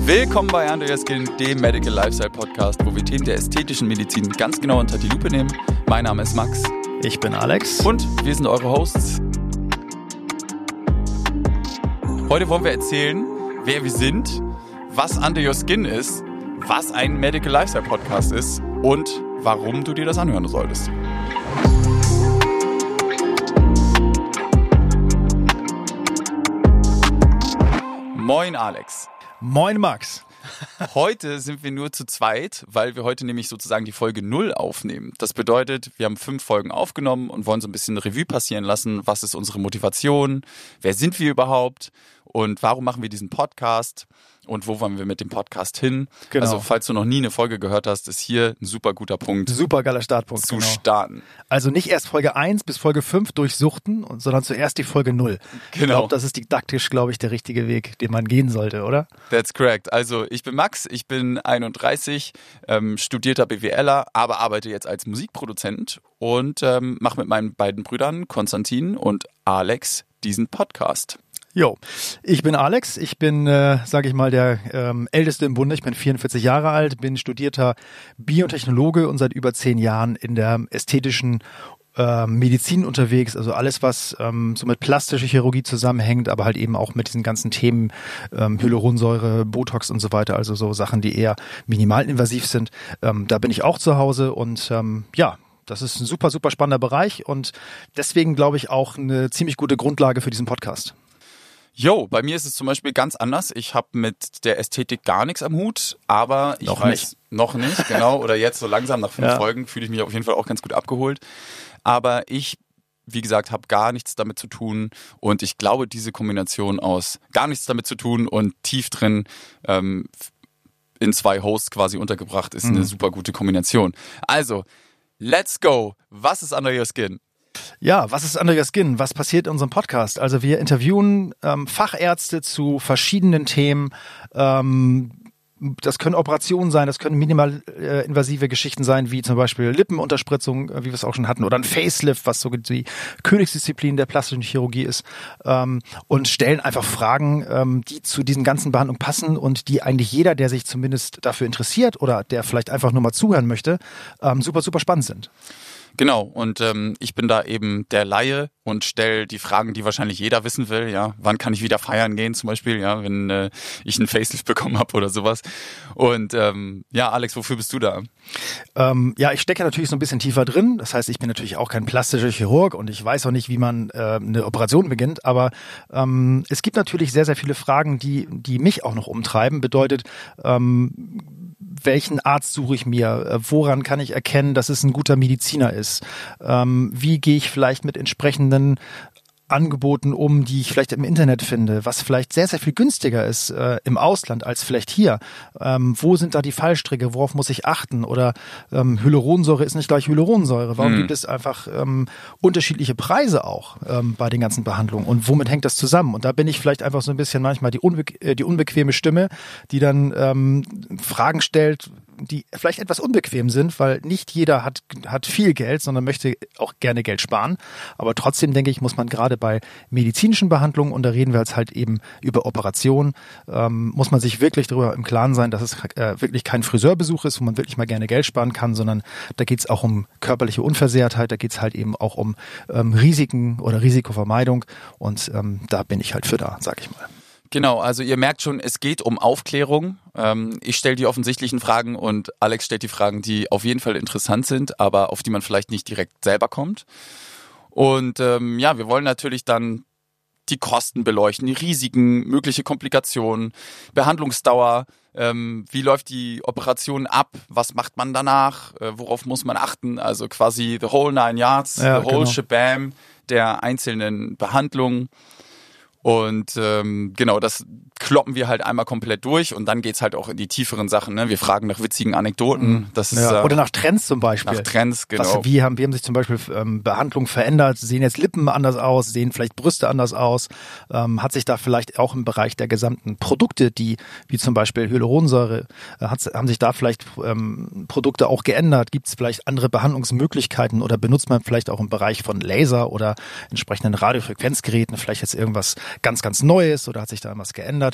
Willkommen bei Under Your Skin, dem Medical Lifestyle Podcast, wo wir Themen der ästhetischen Medizin ganz genau unter die Lupe nehmen. Mein Name ist Max. Ich bin Alex. Und wir sind eure Hosts. Heute wollen wir erzählen, wer wir sind, was Under Your Skin ist, was ein Medical Lifestyle Podcast ist und warum du dir das anhören solltest. Moin Alex. Moin Max. Heute sind wir nur zu zweit, weil wir heute nämlich sozusagen die Folge 0 aufnehmen. Das bedeutet, wir haben 5 Folgen aufgenommen und wollen so ein bisschen Revue passieren lassen. Was ist unsere Motivation? Wer sind wir überhaupt? Und warum machen wir diesen Podcast? Und wo wollen wir mit dem Podcast hin? Genau. Also falls du noch nie eine Folge gehört hast, ist hier ein super guter Punkt. Super geiler Startpunkt. Zu starten. Also nicht erst Folge 1 bis Folge 5 durchsuchten, sondern zuerst die Folge 0. Genau. Ich glaube, das ist didaktisch, der richtige Weg, den man gehen sollte, oder? That's correct. Also ich bin Max, ich bin 31, studierter BWLer, aber arbeite jetzt als Musikproduzent und mache mit meinen beiden Brüdern Konstantin und Alex diesen Podcast. Jo, ich bin Alex, ich bin, sage ich mal, der Älteste im Bunde, ich bin 44 Jahre alt, bin studierter Biotechnologe und seit über 10 Jahren in der ästhetischen Medizin unterwegs, also alles, was so mit plastischer Chirurgie zusammenhängt, aber halt eben auch mit diesen ganzen Themen Hyaluronsäure, Botox und so weiter, also so Sachen, die eher minimalinvasiv sind. Da bin ich auch zu Hause und ja, das ist ein super, super spannender Bereich und deswegen glaube ich auch eine ziemlich gute Grundlage für diesen Podcast. Jo, bei mir ist es zum Beispiel ganz anders. Ich habe mit der Ästhetik gar nichts am Hut, aber ich weiß noch nicht, genau, oder jetzt so langsam nach 5 Folgen fühle ich mich auf jeden Fall auch ganz gut abgeholt. Aber ich, wie gesagt, habe gar nichts damit zu tun und ich glaube, diese Kombination aus gar nichts damit zu tun und tief drin in 2 Hosts quasi untergebracht ist eine super gute Kombination. Also, let's go. Was ist Under Your Skin? Ja, was ist Under Your Skin? Was passiert in unserem Podcast? Also wir interviewen Fachärzte zu verschiedenen Themen. Das können Operationen sein, das können minimal invasive Geschichten sein, wie zum Beispiel Lippenunterspritzung, wie wir es auch schon hatten, oder ein Facelift, was so die Königsdisziplin der plastischen Chirurgie ist, und stellen einfach Fragen, die zu diesen ganzen Behandlungen passen und die eigentlich jeder, der sich zumindest dafür interessiert oder der vielleicht einfach nur mal zuhören möchte, super, super spannend sind. Genau, und ich bin da eben der Laie und stelle die Fragen, die wahrscheinlich jeder wissen will. Ja, wann kann ich wieder feiern gehen zum Beispiel, ja, wenn ich einen Facelift bekommen habe oder sowas. Und ja, Alex, wofür bist du da? Ja, ich stecke natürlich so ein bisschen tiefer drin. Das heißt, ich bin natürlich auch kein plastischer Chirurg und ich weiß auch nicht, wie man eine Operation beginnt. Aber es gibt natürlich sehr, sehr viele Fragen, die mich auch noch umtreiben. Bedeutet, welchen Arzt suche ich mir? Woran kann ich erkennen, dass es ein guter Mediziner ist? Wie gehe ich vielleicht mit entsprechenden Angeboten um, die ich vielleicht im Internet finde, was vielleicht sehr, sehr viel günstiger ist im Ausland als vielleicht hier. Wo sind da die Fallstricke? Worauf muss ich achten? Oder Hyaluronsäure ist nicht gleich Hyaluronsäure. Warum gibt es einfach unterschiedliche Preise auch bei den ganzen Behandlungen? Und womit hängt das zusammen? Und da bin ich vielleicht einfach so ein bisschen manchmal die unbequeme Stimme, die dann Fragen stellt, die vielleicht etwas unbequem sind, weil nicht jeder hat viel Geld, sondern möchte auch gerne Geld sparen. Aber trotzdem, denke ich, muss man gerade bei medizinischen Behandlungen, und da reden wir jetzt halt eben über Operationen, muss man sich wirklich darüber im Klaren sein, dass es wirklich kein Friseurbesuch ist, wo man wirklich mal gerne Geld sparen kann, sondern da geht es auch um körperliche Unversehrtheit, da geht es halt eben auch um Risiken oder Risikovermeidung und da bin ich halt für da, sag ich mal. Genau, also ihr merkt schon, es geht um Aufklärung. Ich stelle die offensichtlichen Fragen und Alex stellt die Fragen, die auf jeden Fall interessant sind, aber auf die man vielleicht nicht direkt selber kommt. Und ja, wir wollen natürlich dann die Kosten beleuchten, die Risiken, mögliche Komplikationen, Behandlungsdauer, wie läuft die Operation ab, was macht man danach, worauf muss man achten, also quasi the whole 9 yards, ja, the whole shebang der einzelnen Behandlungen. Und genau, das kloppen wir halt einmal komplett durch und dann geht's halt auch in die tieferen Sachen. Ne? Wir fragen nach witzigen Anekdoten. Das ist, oder nach Trends zum Beispiel. Nach Trends, genau. Wie haben sich zum Beispiel Behandlungen verändert? Sehen jetzt Lippen anders aus? Sehen vielleicht Brüste anders aus? Hat sich da vielleicht auch im Bereich der gesamten Produkte, wie zum Beispiel Hyaluronsäure, haben sich da vielleicht Produkte auch geändert? Gibt es vielleicht andere Behandlungsmöglichkeiten oder benutzt man vielleicht auch im Bereich von Laser oder entsprechenden Radiofrequenzgeräten vielleicht jetzt irgendwas ganz, ganz Neues oder hat sich da was geändert?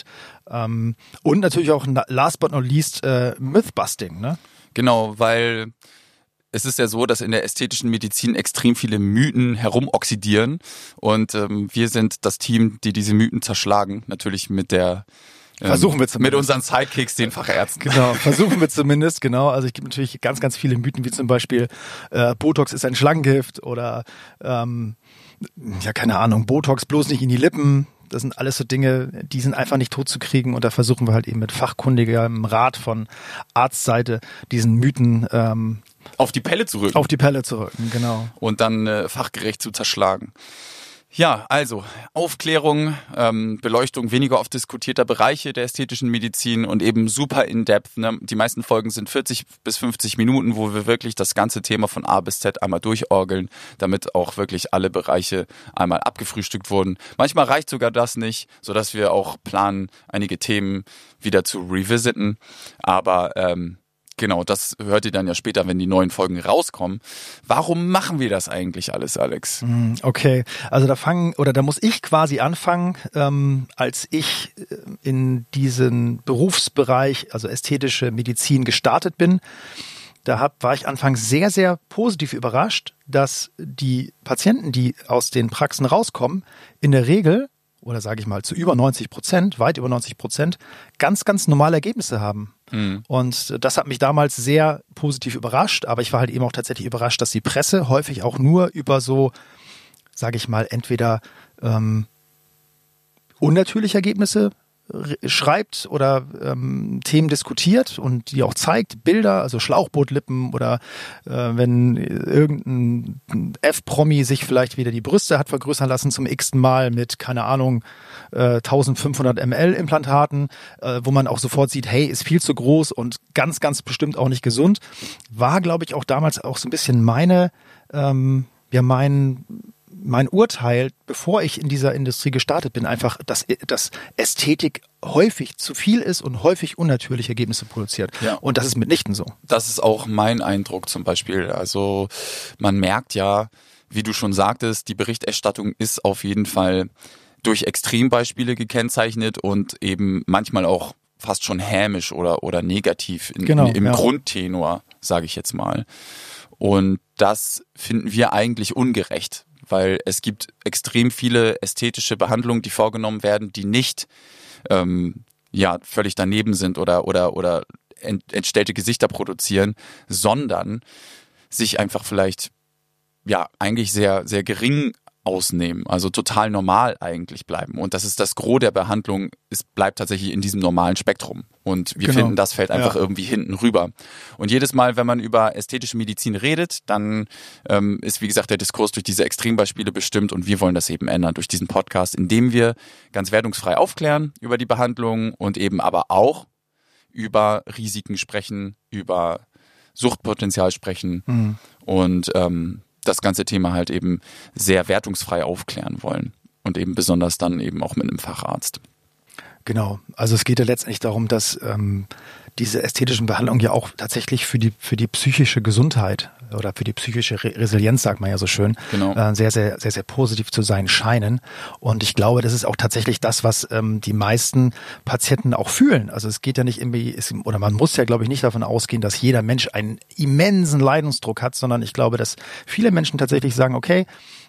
hat. Und natürlich auch last but not least Mythbusting, ne? Genau, weil es ist ja so, dass in der ästhetischen Medizin extrem viele Mythen herumoxidieren und wir sind das Team, die diese Mythen zerschlagen, natürlich mit der versuchen wir zumindest. Mit unseren Sidekicks, den Fachärzten. Genau, versuchen wir zumindest, genau. Also es gibt natürlich ganz, ganz viele Mythen, wie zum Beispiel Botox ist ein Schlangengift oder ja, keine Ahnung, Botox bloß nicht in die Lippen. Das sind alles so Dinge, die sind einfach nicht tot zu kriegen und da versuchen wir halt eben mit fachkundigem Rat von Arztseite diesen Mythen auf die Pelle zu rücken. Auf die Pelle zu rücken, genau. Und dann fachgerecht zu zerschlagen. Ja, also Aufklärung, Beleuchtung weniger oft diskutierter Bereiche der ästhetischen Medizin und eben super in-depth. Ne? Die meisten Folgen sind 40 bis 50 Minuten, wo wir wirklich das ganze Thema von A bis Z einmal durchorgeln, damit auch wirklich alle Bereiche einmal abgefrühstückt wurden. Manchmal reicht sogar das nicht, sodass wir auch planen, einige Themen wieder zu revisiten. Aber genau, das hört ihr dann ja später, wenn die neuen Folgen rauskommen. Warum machen wir das eigentlich alles, Alex? Okay, also da muss ich quasi anfangen, als ich in diesen Berufsbereich, also ästhetische Medizin gestartet bin. War ich anfangs sehr, sehr positiv überrascht, dass die Patienten, die aus den Praxen rauskommen, in der Regel oder sage ich mal zu über 90%, weit über 90%, ganz, ganz normale Ergebnisse haben. Und das hat mich damals sehr positiv überrascht, aber ich war halt eben auch tatsächlich überrascht, dass die Presse häufig auch nur über so, sage ich mal, entweder unnatürliche Ergebnisse schreibt oder Themen diskutiert und die auch zeigt, Bilder, also Schlauchbootlippen oder wenn irgendein F-Promi sich vielleicht wieder die Brüste hat vergrößern lassen zum x-ten Mal mit, keine Ahnung, 1500 ml Implantaten, wo man auch sofort sieht, hey, ist viel zu groß und ganz, ganz bestimmt auch nicht gesund, war, glaube ich, auch damals auch so ein bisschen mein Urteil, bevor ich in dieser Industrie gestartet bin, einfach, dass Ästhetik häufig zu viel ist und häufig unnatürliche Ergebnisse produziert. Ja. Und das ist mitnichten so. Das ist auch mein Eindruck zum Beispiel. Also man merkt ja, wie du schon sagtest, die Berichterstattung ist auf jeden Fall durch Extrembeispiele gekennzeichnet und eben manchmal auch fast schon hämisch oder negativ im Grundtenor, sage ich jetzt mal. Und das finden wir eigentlich ungerecht, weil es gibt extrem viele ästhetische Behandlungen, die vorgenommen werden, die nicht völlig daneben sind oder entstellte Gesichter produzieren, sondern sich einfach vielleicht eigentlich sehr, sehr gering ausnehmen, also total normal eigentlich bleiben. Und das ist das Gros der Behandlung, es bleibt tatsächlich in diesem normalen Spektrum. Und wir finden, das fällt einfach irgendwie hinten rüber. Und jedes Mal, wenn man über ästhetische Medizin redet, dann ist, wie gesagt, der Diskurs durch diese Extrembeispiele bestimmt und wir wollen das eben ändern durch diesen Podcast, indem wir ganz wertungsfrei aufklären über die Behandlung und eben aber auch über Risiken sprechen, über Suchtpotenzial sprechen und das ganze Thema halt eben sehr wertungsfrei aufklären wollen und eben besonders dann eben auch mit einem Facharzt. Genau, also es geht ja letztendlich darum, dass diese ästhetischen Behandlungen ja auch tatsächlich für die psychische Gesundheit oder für die psychische Resilienz, sagt man ja so schön, sehr, sehr, sehr, sehr positiv zu sein scheinen. Und ich glaube, das ist auch tatsächlich das, was die meisten Patienten auch fühlen. Also es geht ja nicht irgendwie, oder man muss ja, glaube ich, nicht davon ausgehen, dass jeder Mensch einen immensen Leidensdruck hat, sondern ich glaube, dass viele Menschen tatsächlich sagen, okay,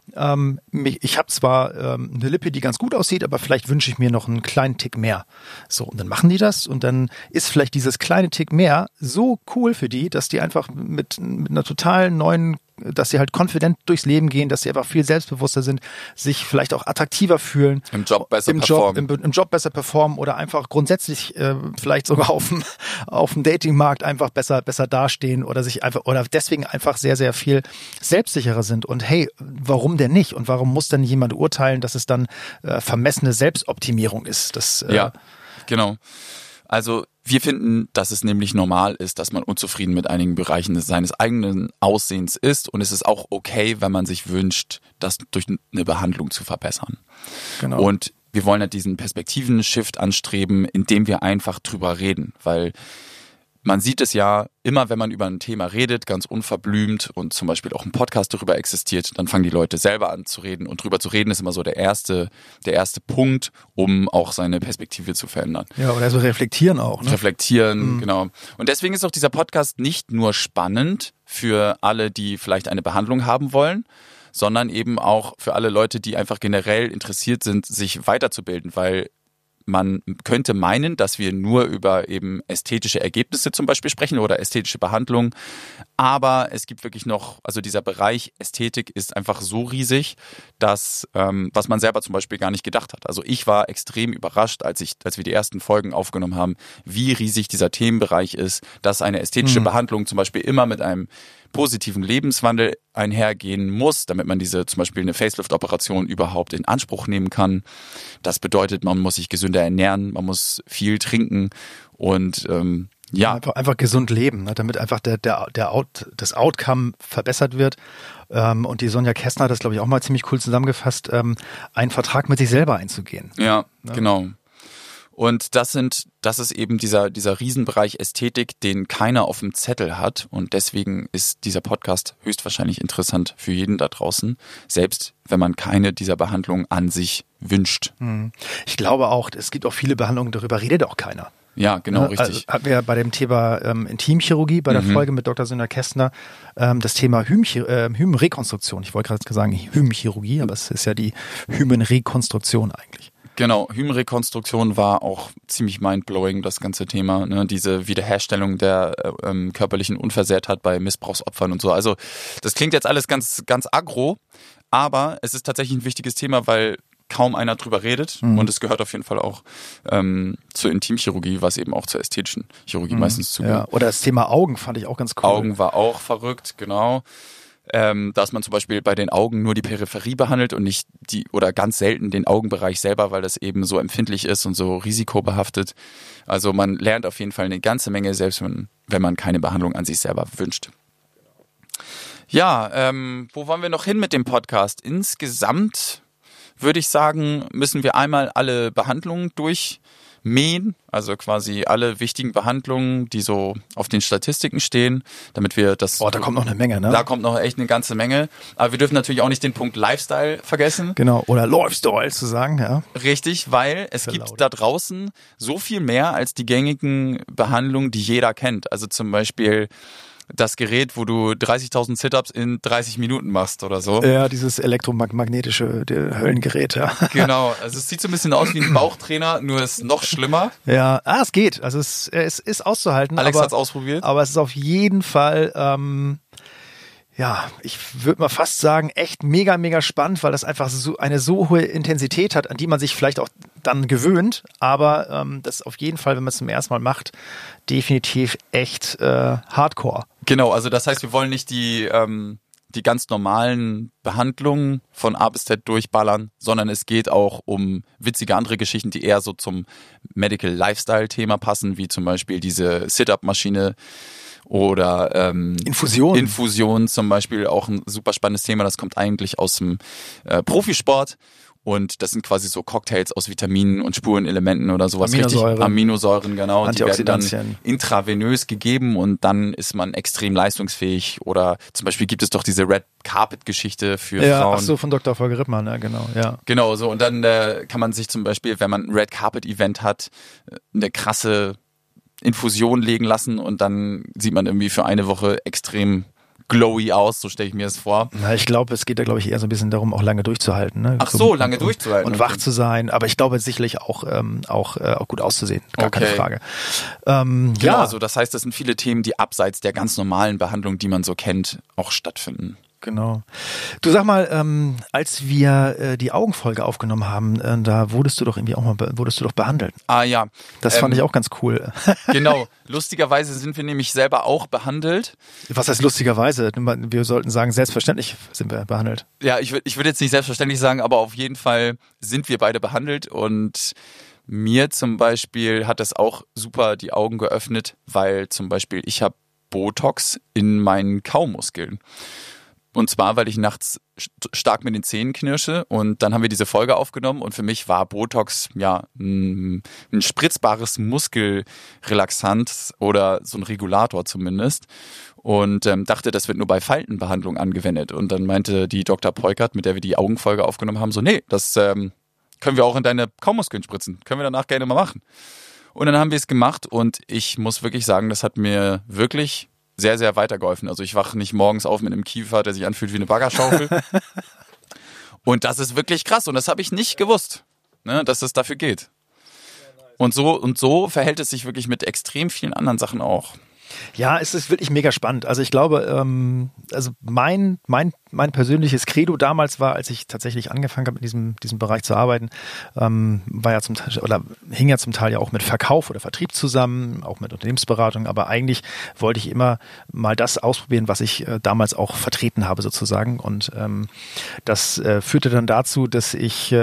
ich habe zwar eine Lippe, die ganz gut aussieht, aber vielleicht wünsche ich mir noch einen kleinen Tick mehr. So, und dann machen die das und dann ist vielleicht dieses kleine Tick mehr so cool für die, dass die einfach mit einer total neuen, dass sie halt confident durchs Leben gehen, dass sie einfach viel selbstbewusster sind, sich vielleicht auch attraktiver fühlen. Im Job besser performen. Im Job besser performen oder einfach grundsätzlich vielleicht sogar auf dem Datingmarkt einfach besser dastehen oder sich einfach oder deswegen einfach sehr, sehr viel selbstsicherer sind. Und hey, warum denn nicht? Und warum muss denn jemand urteilen, dass es dann vermessene Selbstoptimierung ist? Ja, genau. Also wir finden, dass es nämlich normal ist, dass man unzufrieden mit einigen Bereichen seines eigenen Aussehens ist und es ist auch okay, wenn man sich wünscht, das durch eine Behandlung zu verbessern. Genau. Und wir wollen halt diesen Perspektiven-Shift anstreben, indem wir einfach drüber reden, weil man sieht es ja immer, wenn man über ein Thema redet, ganz unverblümt und zum Beispiel auch ein Podcast darüber existiert, dann fangen die Leute selber an zu reden und drüber zu reden ist immer so der erste Punkt, um auch seine Perspektive zu verändern. Ja, oder so reflektieren auch. Ne? Reflektieren, genau. Und deswegen ist auch dieser Podcast nicht nur spannend für alle, die vielleicht eine Behandlung haben wollen, sondern eben auch für alle Leute, die einfach generell interessiert sind, sich weiterzubilden, weil man könnte meinen, dass wir nur über eben ästhetische Ergebnisse zum Beispiel sprechen oder ästhetische Behandlung. Aber es gibt wirklich noch, also dieser Bereich Ästhetik ist einfach so riesig, dass was man selber zum Beispiel gar nicht gedacht hat. Also ich war extrem überrascht, als wir die ersten Folgen aufgenommen haben, wie riesig dieser Themenbereich ist, dass eine ästhetische Behandlung zum Beispiel immer mit einem positiven Lebenswandel einhergehen muss, damit man zum Beispiel eine Facelift-Operation überhaupt in Anspruch nehmen kann. Das bedeutet, man muss sich gesünder ernähren, man muss viel trinken und einfach gesund leben, ne, damit einfach das Outcome verbessert wird. Und die Sonja Kästner hat das, glaube ich, auch mal ziemlich cool zusammengefasst, einen Vertrag mit sich selber einzugehen. Ja, genau. Und das ist eben dieser Riesenbereich Ästhetik, den keiner auf dem Zettel hat. Und deswegen ist dieser Podcast höchstwahrscheinlich interessant für jeden da draußen, selbst wenn man keine dieser Behandlungen an sich wünscht. Ich glaube auch, es gibt auch viele Behandlungen, darüber redet auch keiner. Ja, genau, richtig. Also hatten wir bei dem Thema Intimchirurgie, bei der Folge mit Dr. Sonja Kästner, das Thema Hymenrekonstruktion. Ich wollte gerade sagen Hymenchirurgie, aber es ist ja die Hymenrekonstruktion eigentlich. Genau, Hymenrekonstruktion war auch ziemlich mindblowing, das ganze Thema, ne? Diese Wiederherstellung der körperlichen Unversehrtheit bei Missbrauchsopfern und so. Also das klingt jetzt alles ganz, ganz aggro, aber es ist tatsächlich ein wichtiges Thema, weil kaum einer drüber redet und es gehört auf jeden Fall auch zur Intimchirurgie, was eben auch zur ästhetischen Chirurgie meistens zugehört. Ja, oder das Thema Augen fand ich auch ganz cool. Augen war auch verrückt, genau. Dass man zum Beispiel bei den Augen nur die Peripherie behandelt und nicht oder ganz selten den Augenbereich selber, weil das eben so empfindlich ist und so risikobehaftet. Also man lernt auf jeden Fall eine ganze Menge, selbst wenn man keine Behandlung an sich selber wünscht. Ja, wo wollen wir noch hin mit dem Podcast? Insgesamt würde ich sagen, müssen wir einmal alle Behandlungen durchmähen, also quasi alle wichtigen Behandlungen, die so auf den Statistiken stehen, damit wir das... da kommt noch eine Menge, ne? Da kommt noch echt eine ganze Menge. Aber wir dürfen natürlich auch nicht den Punkt Lifestyle vergessen. Genau, oder Lifestyle zu sagen, ja. Richtig, weil es gibt da draußen so viel mehr als die gängigen Behandlungen, die jeder kennt. Also zum Beispiel das Gerät, wo du 30.000 Sit-Ups in 30 Minuten machst oder so. Ja, dieses elektromagnetische Höllengerät, ja. Genau, also es sieht so ein bisschen aus wie ein Bauchtrainer, nur ist noch schlimmer. Ja, es geht. Also es ist auszuhalten. Alex hat es ausprobiert. Aber es ist auf jeden Fall, ich würde mal fast sagen, echt mega, mega spannend, weil das einfach eine so hohe Intensität hat, an die man sich vielleicht auch dann gewöhnt. Aber das auf jeden Fall, wenn man es zum ersten Mal macht, definitiv echt Hardcore. Genau, also das heißt, wir wollen nicht die ganz normalen Behandlungen von A bis Z durchballern, sondern es geht auch um witzige andere Geschichten, die eher so zum Medical-Lifestyle-Thema passen, wie zum Beispiel diese Sit-Up-Maschine oder Infusion zum Beispiel, auch ein super spannendes Thema. Das kommt eigentlich aus dem Profisport. Und das sind quasi so Cocktails aus Vitaminen und Spurenelementen oder sowas. Aminosäuren, genau. Die werden dann intravenös gegeben und dann ist man extrem leistungsfähig. Oder zum Beispiel gibt es doch diese Red Carpet Geschichte für Frauen. Ach so, von Dr. Volker Rippmann, ja, genau. Ja. Genau, so. Und dann kann man sich zum Beispiel, wenn man ein Red Carpet Event hat, eine krasse Infusion legen lassen und dann sieht man irgendwie für eine Woche extrem glowy aus, so stelle ich mir das vor. Na, ich glaube, es geht da, glaube ich, eher so ein bisschen darum, auch lange durchzuhalten. Ne? Ach so, lange durchzuhalten. Und wach zu sein, aber ich glaube sicherlich auch gut auszusehen, keine Frage. Genau, also das heißt, das sind viele Themen, die abseits der ganz normalen Behandlung, die man so kennt, auch stattfinden. Genau. Du sag mal, als wir die Augenfolge aufgenommen haben, da wurdest du doch behandelt. Ah ja. Das fand ich auch ganz cool. Genau. Lustigerweise sind wir nämlich selber auch behandelt. Was heißt lustigerweise? Wir sollten sagen, selbstverständlich sind wir behandelt. Ja, ich würde jetzt nicht selbstverständlich sagen, aber auf jeden Fall sind wir beide behandelt und mir zum Beispiel hat das auch super die Augen geöffnet, weil zum Beispiel ich habe Botox in meinen Kaumuskeln. Und zwar, weil ich nachts stark mit den Zähnen knirsche und dann haben wir diese Folge aufgenommen und für mich war Botox ja ein spritzbares Muskelrelaxant oder so ein Regulator zumindest und dachte, das wird nur bei Faltenbehandlung angewendet. Und dann meinte die Dr. Peukert, mit der wir die Augenfolge aufgenommen haben, so nee, das können wir auch in deine Kaumuskeln spritzen, können wir danach gerne mal machen. Und dann haben wir es gemacht und ich muss wirklich sagen, das hat mir wirklich sehr, sehr weitergeholfen. Also ich wache nicht morgens auf mit einem Kiefer, der sich anfühlt wie eine Baggerschaufel. Und das ist wirklich krass und das habe ich nicht gewusst, ne, dass es dafür geht. Und so verhält es sich wirklich mit extrem vielen anderen Sachen auch. Ja, es ist wirklich mega spannend. Also ich glaube, also mein persönliches Credo damals war, als ich tatsächlich angefangen habe, in diesem Bereich zu arbeiten, war ja zum Teil oder hing ja zum Teil ja auch mit Verkauf oder Vertrieb zusammen, auch mit Unternehmensberatung. Aber eigentlich wollte ich immer mal das ausprobieren, was ich damals auch vertreten habe sozusagen. Und das führte dann dazu, dass ich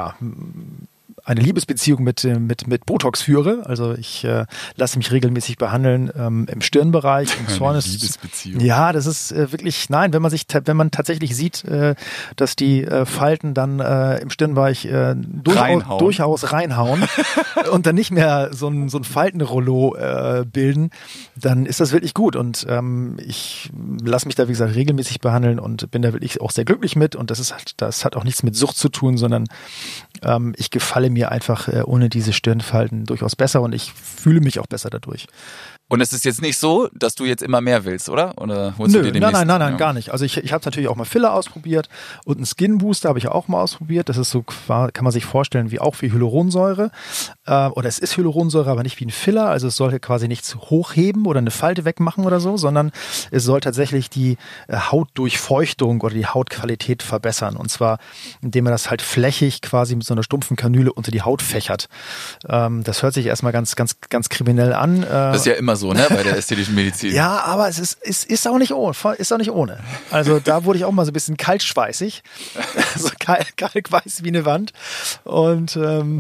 eine Liebesbeziehung mit Botox führe. Also ich lasse mich regelmäßig behandeln im Stirnbereich. Eine Liebesbeziehung. Ja, das ist wirklich, nein, wenn man tatsächlich sieht, dass die Falten dann im Stirnbereich durchaus reinhauen und dann nicht mehr so ein Faltenrollo bilden, dann ist das wirklich gut. Und ich lasse mich da, wie gesagt, regelmäßig behandeln und bin da wirklich auch sehr glücklich mit. Und das hat auch nichts mit Sucht zu tun, sondern ich gefalle mir einfach ohne diese Stirnfalten durchaus besser und ich fühle mich auch besser dadurch. Und es ist jetzt nicht so, dass du jetzt immer mehr willst, oder? Oder holst du dir den nächsten? Nein, gar nicht. Also ich habe natürlich auch mal Filler ausprobiert und einen Skin Booster habe ich auch mal ausprobiert. Das ist so, kann man sich vorstellen, wie Hyaluronsäure. Oder es ist Hyaluronsäure, aber nicht wie ein Filler. Also es sollte quasi nichts hochheben oder eine Falte wegmachen oder so, sondern es soll tatsächlich die Hautdurchfeuchtung oder die Hautqualität verbessern. Und zwar, indem man das halt flächig quasi mit so einer stumpfen Kanüle unter die Haut fächert. Das hört sich erstmal ganz kriminell an. Das ist ja immer so, ne, bei der ästhetischen Medizin. Ja, aber es ist auch nicht ohne. Also da wurde ich auch mal so ein bisschen kaltschweißig, so kalkweiß wie eine Wand. Und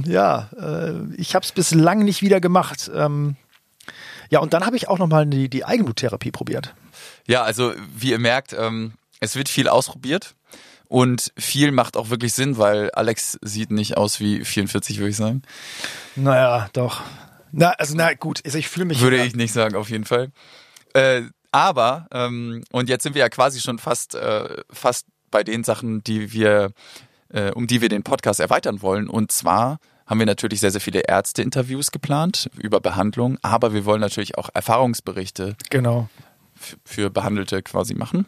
ich habe es bislang nicht wieder gemacht. Und dann habe ich auch nochmal die Eigenbluttherapie probiert. Ja, also wie ihr merkt, es wird viel ausprobiert. Und viel macht auch wirklich Sinn, weil Alex sieht nicht aus wie 44, würde ich sagen. Naja, doch. Na gut, also ich fühle mich... Würde ich nicht sagen, auf jeden Fall. Aber, und jetzt sind wir ja quasi schon fast bei den Sachen, um die wir den Podcast erweitern wollen. Und zwar haben wir natürlich sehr, sehr viele Ärzte-Interviews geplant über Behandlung, aber wir wollen natürlich auch Erfahrungsberichte für Behandelte quasi machen.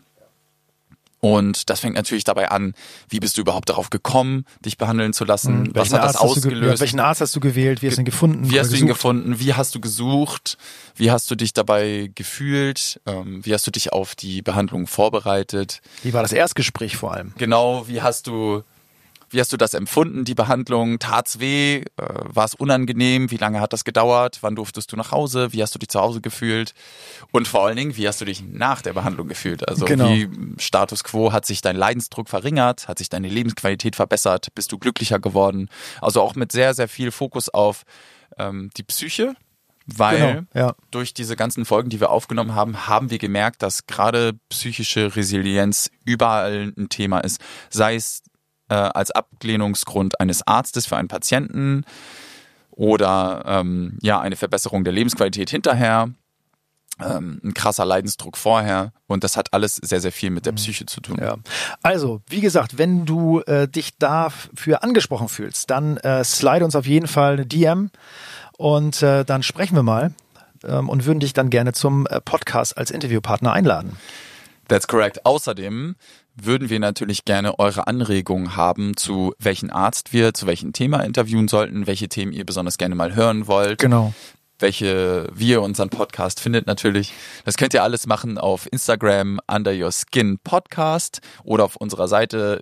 Und das fängt natürlich dabei an, wie bist du überhaupt darauf gekommen, dich behandeln zu lassen? Was hat das ausgelöst? Welchen Arzt hast du gewählt? Wie hast du ihn gefunden? Wie hast du ihn gefunden? Wie hast du gesucht? Wie hast du dich dabei gefühlt? Wie hast du dich auf die Behandlung vorbereitet? Wie war das Erstgespräch vor allem? Genau, wie hast du das empfunden, die Behandlung? Tat's weh? War es unangenehm? Wie lange hat das gedauert? Wann durftest du nach Hause? Wie hast du dich zu Hause gefühlt? Und vor allen Dingen, wie hast du dich nach der Behandlung gefühlt? Also wie Status quo, hat sich dein Leidensdruck verringert? Hat sich deine Lebensqualität verbessert? Bist du glücklicher geworden? Also auch mit sehr, sehr viel Fokus auf die Psyche. Weil durch diese ganzen Folgen, die wir aufgenommen haben, haben wir gemerkt, dass gerade psychische Resilienz überall ein Thema ist. Sei es als Ablehnungsgrund eines Arztes für einen Patienten oder eine Verbesserung der Lebensqualität hinterher, ein krasser Leidensdruck vorher und das hat alles sehr, sehr viel mit der Psyche zu tun. Ja. Also, wie gesagt, wenn du dich dafür angesprochen fühlst, dann slide uns auf jeden Fall eine DM und dann sprechen wir mal und würden dich dann gerne zum Podcast als Interviewpartner einladen. That's correct. Außerdem würden wir natürlich gerne eure Anregungen haben, zu welchen Arzt wir zu welchem Thema interviewen sollten, welche Themen ihr besonders gerne mal hören wollt. Genau. Wie ihr unseren Podcast findet natürlich. Das könnt ihr alles machen auf Instagram underyourskin-podcast oder auf unserer Seite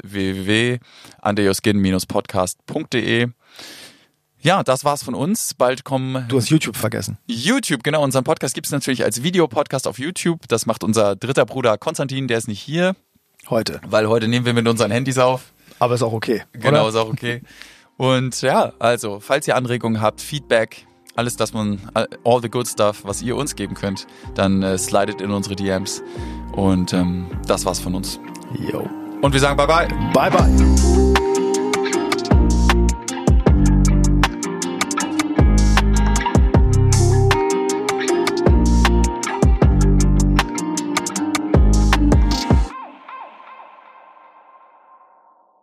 www.underyourskin-podcast.de. Ja, das war's von uns. Bald kommen... Du hast YouTube vergessen. YouTube, genau. Unseren Podcast gibt's natürlich als Videopodcast auf YouTube. Das macht unser dritter Bruder Konstantin, der ist nicht hier. Heute. Weil heute nehmen wir mit unseren Handys auf. Aber ist auch okay. Genau, ist auch okay. Und ja, also, falls ihr Anregungen habt, Feedback, alles, all the good stuff, was ihr uns geben könnt, dann slidet in unsere DMs. Und das war's von uns. Und wir sagen bye bye. Bye bye.